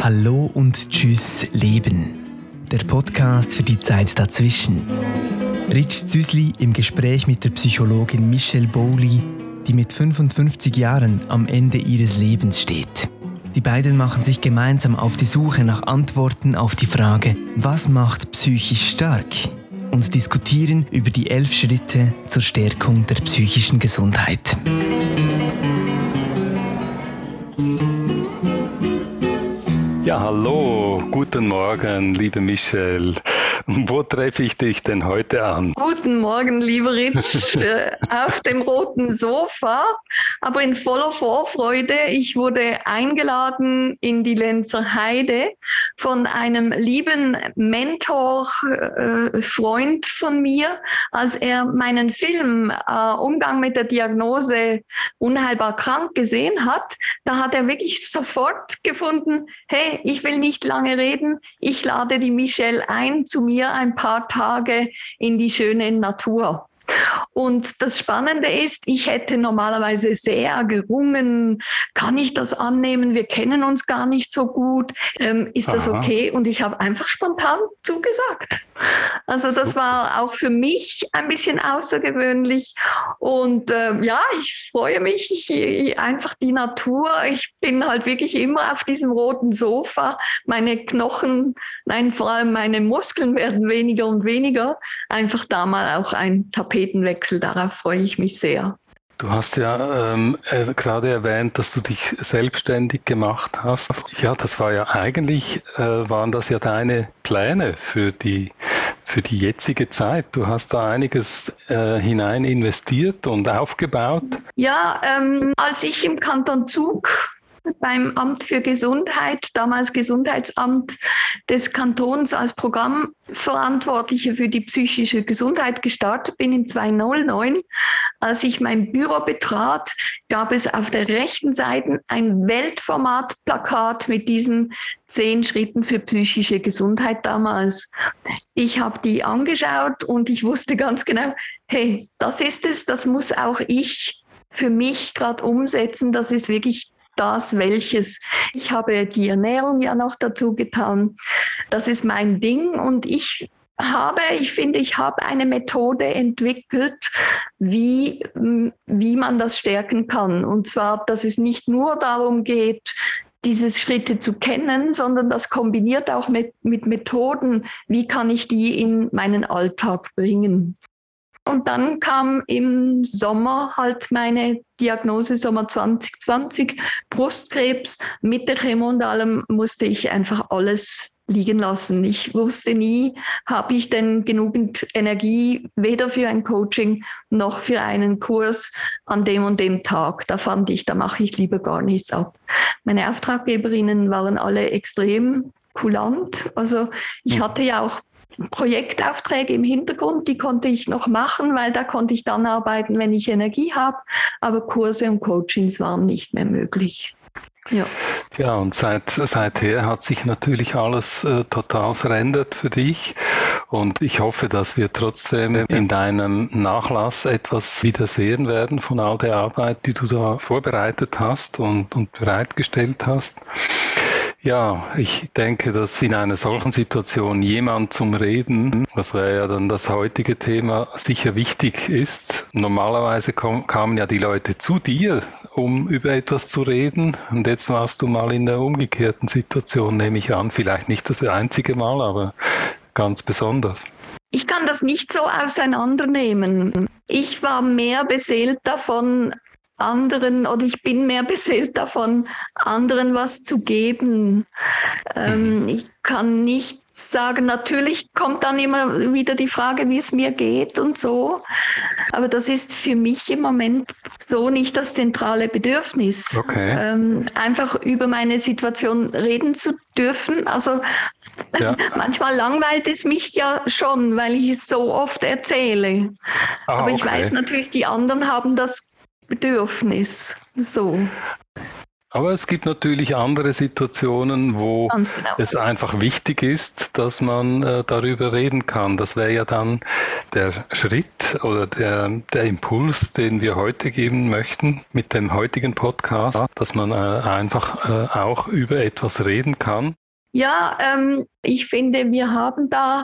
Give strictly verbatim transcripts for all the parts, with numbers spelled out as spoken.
Hallo und Tschüss Leben. Der Podcast für die Zeit dazwischen. Ritsch Züsli im Gespräch mit der Psychologin Michelle Bowley, die mit fünfundfünfzig Jahren am Ende ihres Lebens steht. Die beiden machen sich gemeinsam auf die Suche nach Antworten auf die Frage, was macht psychisch stark? Und diskutieren über die elf Schritte zur Stärkung der psychischen Gesundheit. Ja, hallo, guten Morgen, liebe Michelle. Wo treffe ich dich denn heute an? Guten Morgen, lieber Ritsch, äh, auf dem roten Sofa, aber in voller Vorfreude. Ich wurde eingeladen in die Lenzer Heide von einem lieben Mentor, äh, Freund von mir, als er meinen Film äh, Umgang mit der Diagnose unheilbar krank gesehen hat. Da hat er wirklich sofort gefunden, hey, ich will nicht lange reden, ich lade die Michelle ein zu mir ein paar Tage in die schöne Natur. Und das Spannende ist, ich hätte normalerweise sehr gerungen, kann ich das annehmen, wir kennen uns gar nicht so gut, ähm, ist das Aha. okay? Und ich habe einfach spontan zugesagt. Also das Super. war auch für mich ein bisschen außergewöhnlich und äh, ja, ich freue mich, ich, ich, einfach die Natur, ich bin halt wirklich immer auf diesem roten Sofa, meine Knochen, nein, vor allem meine Muskeln werden weniger und weniger, einfach da mal auch ein Tapetenwechsel, darauf freue ich mich sehr. Du hast ja ähm, äh, gerade erwähnt, dass du dich selbstständig gemacht hast. Ja, das war ja eigentlich, äh, waren das ja deine Pläne für die, für die jetzige Zeit. Du hast da einiges äh, hinein investiert und aufgebaut. Ja, ähm, als ich im Kanton Zug beim Amt für Gesundheit, damals Gesundheitsamt des Kantons als Programmverantwortliche für die psychische Gesundheit gestartet bin in zweitausendneun. Als ich mein Büro betrat, gab es auf der rechten Seite ein Weltformatplakat mit diesen zehn Schritten für psychische Gesundheit damals. Ich habe die angeschaut und ich wusste ganz genau, hey, das ist es, das muss auch ich für mich gerade umsetzen, das ist wirklich das welches. Ich habe die Ernährung ja noch dazu getan. Das ist mein Ding und ich habe, ich finde, ich habe eine Methode entwickelt, wie, wie man das stärken kann. Und zwar, dass es nicht nur darum geht, diese Schritte zu kennen, sondern das kombiniert auch mit, mit Methoden, wie kann ich die in meinen Alltag bringen. Und dann kam im Sommer halt meine Diagnose, Sommer zwanzig zwanzig, Brustkrebs. Mit der Chemo und allem musste ich einfach alles liegen lassen. Ich wusste nie, habe ich denn genügend Energie, weder für ein Coaching noch für einen Kurs an dem und dem Tag. Da fand ich, da mache ich lieber gar nichts ab. Meine Auftraggeberinnen waren alle extrem kulant. Also ich hatte ja auch Projektaufträge im Hintergrund, die konnte ich noch machen, weil da konnte ich dann arbeiten, wenn ich Energie habe. Aber Kurse und Coachings waren nicht mehr möglich. Ja, Ja, und seit, seither hat sich natürlich alles äh, total verändert für dich. Und ich hoffe, dass wir trotzdem in deinem Nachlass etwas wiedersehen werden von all der Arbeit, die du da vorbereitet hast und, und bereitgestellt hast. Ja, ich denke, dass in einer solchen Situation jemand zum Reden, das wäre ja dann das heutige Thema, sicher wichtig ist. Normalerweise kom- kamen ja die Leute zu dir, um über etwas zu reden. Und jetzt warst du mal in der umgekehrten Situation, nehme ich an. Vielleicht nicht das einzige Mal, aber ganz besonders. ich kann das nicht so auseinandernehmen. Ich war mehr beseelt davon, anderen, oder ich bin mehr beseelt davon, anderen was zu geben. Ähm, ich kann nicht sagen, natürlich kommt dann immer wieder die Frage, wie es mir geht und so. Aber das ist für mich im Moment so nicht das zentrale Bedürfnis. Okay. Ähm, einfach über meine Situation reden zu dürfen. Also Ja. manchmal langweilt es mich ja schon, weil ich es so oft erzähle. Ah, Aber ich okay. weiß natürlich, die anderen haben das Bedürfnis. So. Aber es gibt natürlich andere Situationen, wo Genau. es einfach wichtig ist, dass man äh, darüber reden kann. Das wäre ja dann der Schritt oder der, der Impuls, den wir heute geben möchten mit dem heutigen Podcast, dass man äh, einfach äh, auch über etwas reden kann. Ja, ähm, ich finde, wir haben da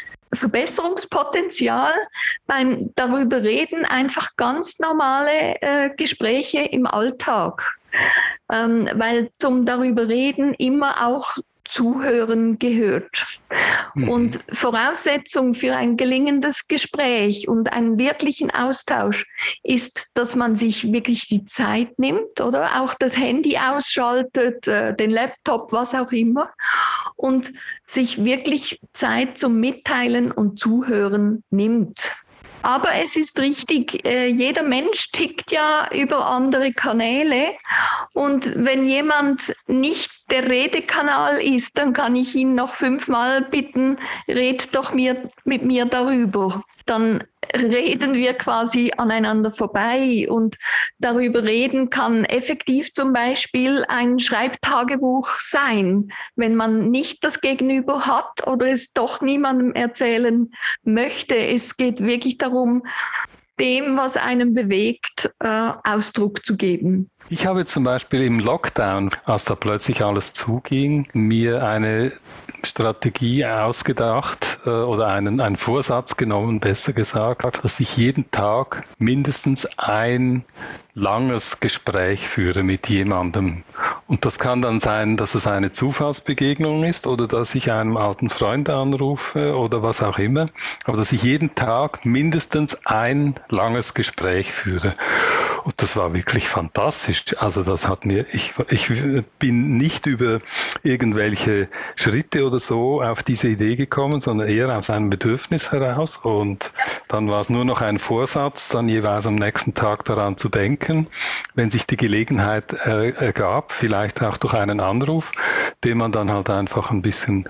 Verbesserungspotenzial beim darüber reden, einfach ganz normale äh, Gespräche im Alltag. Ähm, weil zum darüber reden immer auch Zuhören gehört. Mhm. Und Voraussetzung für ein gelingendes Gespräch und einen wirklichen Austausch ist, dass man sich wirklich die Zeit nimmt, oder auch das Handy ausschaltet, äh, den Laptop, was auch immer, und sich wirklich Zeit zum Mitteilen und Zuhören nimmt. Aber es ist richtig, äh, jeder Mensch tickt ja über andere Kanäle, und wenn jemand nicht der Redekanal ist, dann kann ich ihn noch fünfmal bitten, red doch mir, mit mir darüber. Dann reden wir quasi aneinander vorbei, und darüber reden kann effektiv zum Beispiel ein Schreibtagebuch sein, wenn man nicht das Gegenüber hat oder es doch niemandem erzählen möchte. Es geht wirklich darum, dem, was einen bewegt, äh, Ausdruck zu geben. Ich habe zum Beispiel im Lockdown, als da plötzlich alles zuging, mir eine Strategie ausgedacht äh, oder einen, einen Vorsatz genommen, besser gesagt, dass ich jeden Tag mindestens ein langes Gespräch führe mit jemandem. Und das kann dann sein, dass es eine Zufallsbegegnung ist oder dass ich einen alten Freund anrufe oder was auch immer. Aber dass ich jeden Tag mindestens ein langes Gespräch führe. Und das war wirklich fantastisch. Also das hat mir, ich, ich bin nicht über irgendwelche Schritte oder so auf diese Idee gekommen, sondern eher aus einem Bedürfnis heraus. Und dann war es nur noch ein Vorsatz, dann jeweils am nächsten Tag daran zu denken, wenn sich die Gelegenheit äh, ergab, vielleicht auch durch einen Anruf, den man dann halt einfach ein bisschen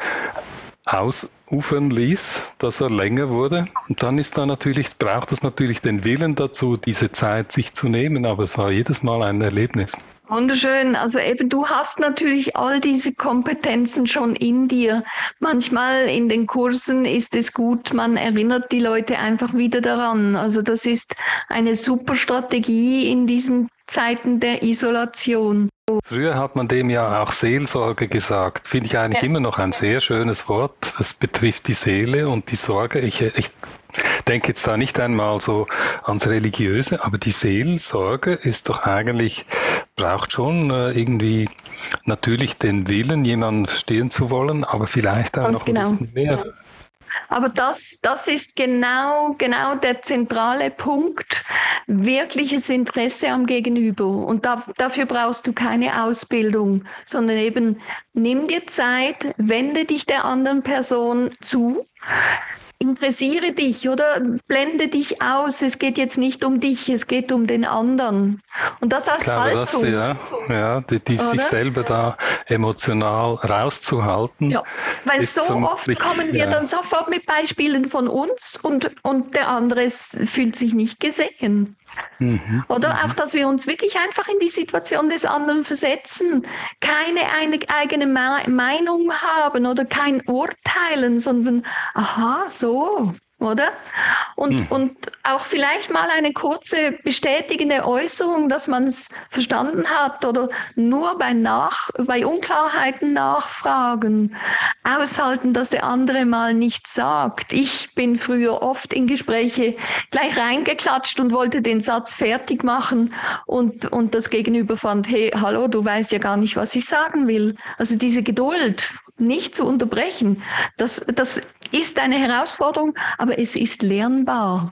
ausufern ließ, dass er länger wurde. Und dann ist da natürlich, braucht es natürlich den Willen dazu, diese Zeit sich zu nehmen, aber es war jedes Mal ein Erlebnis. Wunderschön. Also eben, du hast natürlich all diese Kompetenzen schon in dir. Manchmal in den Kursen ist es gut, man erinnert die Leute einfach wieder daran. Also das ist eine super Strategie in diesen Zeiten der Isolation. Früher hat man dem ja auch Seelsorge gesagt. Finde ich eigentlich ja. immer noch ein sehr schönes Wort. Es betrifft die Seele und die Sorge. Ich, ich denke jetzt da nicht einmal so ans Religiöse, aber die Seelsorge ist doch eigentlich, braucht schon äh, irgendwie natürlich den Willen, jemanden verstehen zu wollen, aber vielleicht auch Ganz noch genau. ein bisschen mehr. Ja. Aber das, das ist genau, genau der zentrale Punkt, wirkliches Interesse am Gegenüber. Und da, dafür brauchst du keine Ausbildung, sondern eben nimm dir Zeit, wende dich der anderen Person zu. Interessiere dich oder blende dich aus. Es geht jetzt nicht um dich, es geht um den anderen. Und das als Klar, Haltung. Das, ja, ja, die, die sich selber da emotional rauszuhalten. Ja, weil so oft kommen wir ja. dann sofort mit Beispielen von uns und, und der andere fühlt sich nicht gesehen. Mhm, oder mhm. auch, dass wir uns wirklich einfach in die Situation des anderen versetzen, keine eine, eigene Meinung haben oder kein Urteilen, sondern aha, so, oder? Und, mhm. und auch vielleicht mal eine kurze bestätigende Äußerung, dass man es verstanden hat, oder nur bei, Nach, bei Unklarheiten nachfragen, aushalten, dass der andere mal nichts sagt. Ich bin früher oft in Gespräche gleich reingeklatscht und wollte den Satz fertig machen, und, und das Gegenüber fand, hey, hallo, du weißt ja gar nicht, was ich sagen will. Also diese Geduld nicht zu unterbrechen, das, das ist eine Herausforderung, aber es ist lernbar.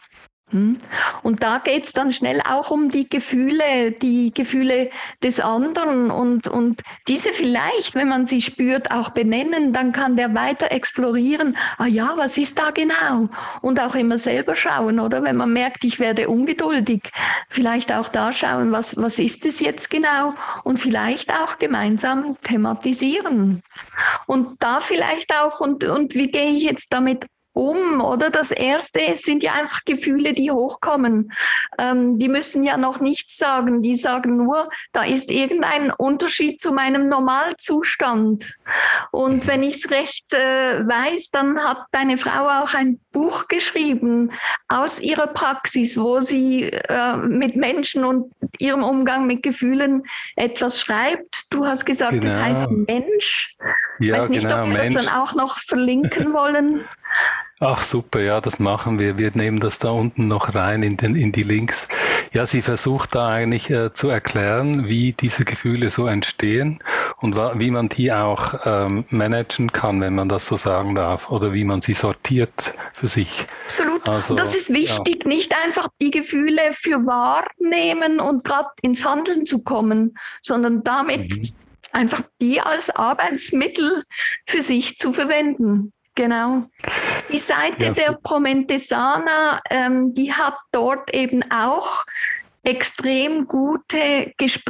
Und da geht es dann schnell auch um die Gefühle, die Gefühle des anderen, und, und diese vielleicht, wenn man sie spürt, auch benennen, dann kann der weiter explorieren, ah ja, was ist da genau? Und auch immer selber schauen, oder? Wenn man merkt, ich werde ungeduldig, vielleicht auch da schauen, was, was ist es jetzt genau? Und vielleicht auch gemeinsam thematisieren. Und da vielleicht auch, und, und wie gehe ich jetzt damit um, oder? Das Erste sind ja einfach Gefühle, die hochkommen. Ähm, die müssen ja noch nichts sagen. Die sagen nur, da ist irgendein Unterschied zu meinem Normalzustand. Und wenn ich es recht äh, weiß, dann hat deine Frau auch ein Buch geschrieben aus ihrer Praxis, wo sie äh, mit Menschen und ihrem Umgang mit Gefühlen etwas schreibt. Du hast gesagt, Genau. das heißt Mensch. Ich Ja, weiß nicht, genau, ob wir Mensch. das dann auch noch verlinken wollen. Ach super, ja, das machen wir. Wir nehmen das da unten noch rein in, den, in die Links. Ja, sie versucht da eigentlich äh, zu erklären, wie diese Gefühle so entstehen und wa- wie man die auch ähm, managen kann, wenn man das so sagen darf, oder wie man sie sortiert für sich. Absolut. Also, und das ist wichtig, ja. Nicht einfach die Gefühle für wahrnehmen und gerade ins Handeln zu kommen, sondern damit mhm. einfach die als Arbeitsmittel für sich zu verwenden. Genau. Die Seite ja. der Promentesana, ähm, die hat dort eben auch extrem gute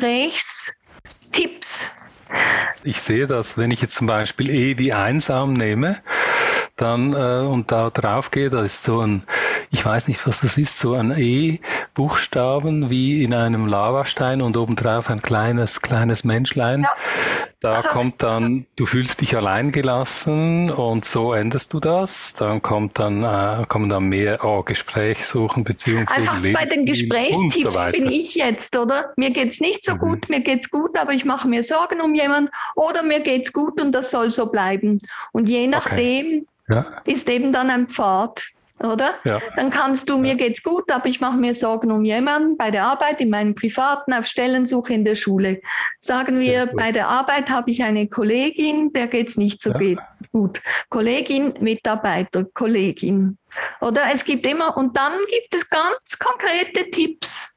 Gesprächstipps. Ich sehe das, wenn ich jetzt zum Beispiel E wie einsam nehme, dann äh, und da drauf gehe, da ist so ein, ich weiß nicht, was das ist, so ein E-Buchstaben wie in einem Lavastein und obendrauf ein kleines, kleines Menschlein. Ja. Da also, kommt dann, du fühlst dich alleingelassen und so änderst du das. Dann kommt dann, äh, kommen dann mehr oh, Gespräch suchen, Beziehung einfach Leben, bei den Gesprächstipps so bin ich jetzt, oder? Mir geht's nicht so mhm. gut, mir geht's gut, aber ich mache mir Sorgen um jemanden oder mir geht's gut und das soll so bleiben. Und je nachdem okay. ja. ist eben dann ein Pfad. Oder? Ja. Dann kannst du, mir ja. geht's gut, aber ich mache mir Sorgen um jemanden bei der Arbeit, in meinem Privaten, auf Stellensuche in der Schule. Sagen wir, bei der Arbeit habe ich eine Kollegin, der geht's nicht so ja. gut. Kollegin, Mitarbeiter, Kollegin. Oder es gibt immer, und dann gibt es ganz konkrete Tipps.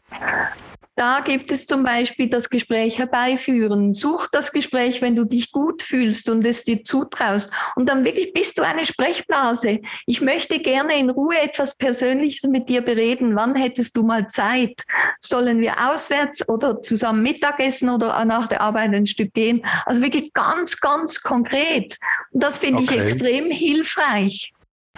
Da gibt es zum Beispiel das Gespräch herbeiführen. Such das Gespräch, wenn du dich gut fühlst und es dir zutraust. Und dann wirklich bist du eine Sprechblase. Ich möchte gerne in Ruhe etwas Persönliches mit dir bereden. Wann hättest du mal Zeit? Sollen wir auswärts oder zusammen Mittagessen oder nach der Arbeit ein Stück gehen? Also wirklich ganz, ganz konkret. Und das finde okay. ich extrem hilfreich.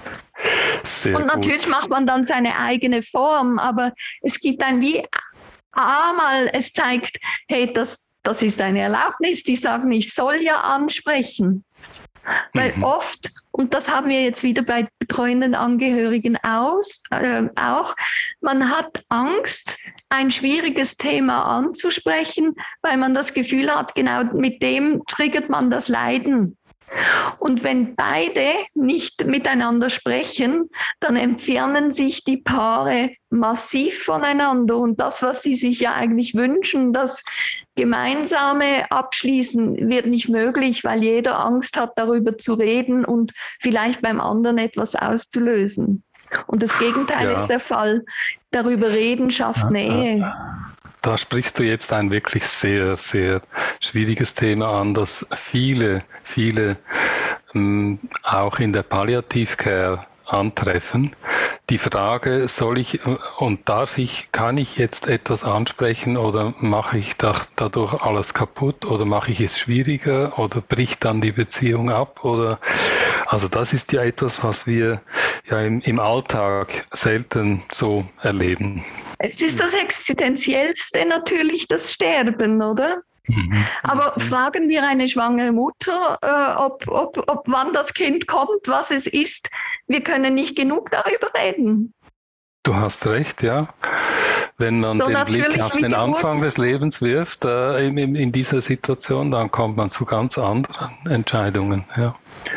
Sehr und natürlich gut. Macht man dann seine eigene Form, aber es gibt ein wie einmal, es zeigt, hey, das, das ist eine Erlaubnis, die sagen, ich soll ja ansprechen. Weil mhm. oft, und das haben wir jetzt wieder bei betreuenden Angehörigen aus, äh, auch, man hat Angst, ein schwieriges Thema anzusprechen, weil man das Gefühl hat, genau mit dem triggert man das Leiden. Und wenn beide nicht miteinander sprechen, dann entfernen sich die Paare massiv voneinander. Und das, was sie sich ja eigentlich wünschen, das gemeinsame Abschließen, wird nicht möglich, weil jeder Angst hat, darüber zu reden und vielleicht beim anderen etwas auszulösen. Und das Gegenteil ja. ist der Fall. Darüber reden schafft Nähe. Da sprichst du jetzt ein wirklich sehr, sehr schwieriges Thema an, das viele, viele ähm, auch in der Palliativcare antreffen. Die Frage, soll ich und darf ich, kann ich jetzt etwas ansprechen oder mache ich da, dadurch alles kaputt oder mache ich es schwieriger oder bricht dann die Beziehung ab? Oder also das ist ja etwas, was wir ja im, im Alltag selten so erleben. Es ist das Existenziellste natürlich, das Sterben, oder? Mhm. Aber fragen wir eine schwangere Mutter, äh, ob, ob, ob wann das Kind kommt, was es ist. Wir können nicht genug darüber reden. Du hast recht, ja. Wenn man so den Blick auf den Anfang des Lebens wirft, äh, in, in dieser Situation, dann kommt man zu ganz anderen Entscheidungen. Ja.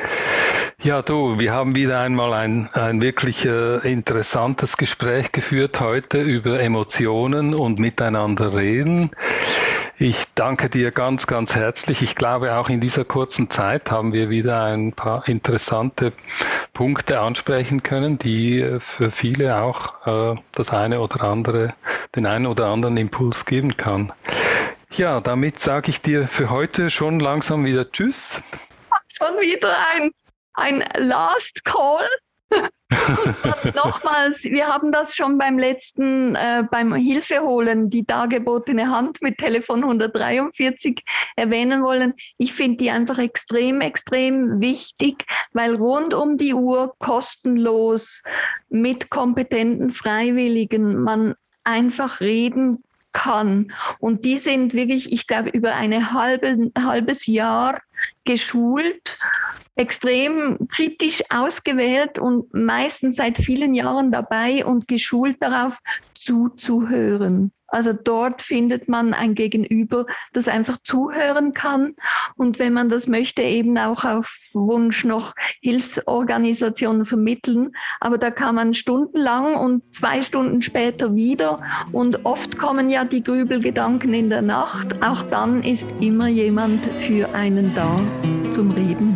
Ja, du, wir haben wieder einmal ein, ein wirklich äh, interessantes Gespräch geführt heute über Emotionen und miteinander reden. Ich danke dir ganz, ganz herzlich. Ich glaube, auch in dieser kurzen Zeit haben wir wieder ein paar interessante Punkte ansprechen können, die für viele auch äh, das eine oder andere, den einen oder anderen Impuls geben kann. Ja, damit sage ich dir für heute schon langsam wieder Tschüss. Schon wieder ein, ein Last Call. Und nochmals, wir haben das schon beim letzten, äh, beim Hilfeholen, die dargebotene Hand mit Telefon hundertdreiundvierzig erwähnen wollen. Ich finde die einfach extrem, extrem wichtig, weil rund um die Uhr kostenlos mit kompetenten Freiwilligen man einfach reden kann. Und die sind wirklich, ich glaube, über ein halbe, halbes Jahr geschult, extrem kritisch ausgewählt und meistens seit vielen Jahren dabei und geschult darauf, zuzuhören. Also dort findet man ein Gegenüber, das einfach zuhören kann und wenn man das möchte, eben auch auf Wunsch noch Hilfsorganisationen vermitteln. Aber da kann man stundenlang und zwei Stunden später wieder und oft kommen ja die Grübelgedanken in der Nacht. Auch dann ist immer jemand für einen da zum Reden.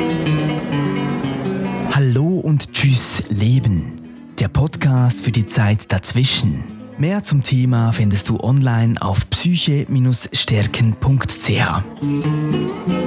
Hallo und Tschüss Leben, der Podcast für die Zeit dazwischen. Mehr zum Thema findest du online auf psyche Bindestrich stärken Punkt c h.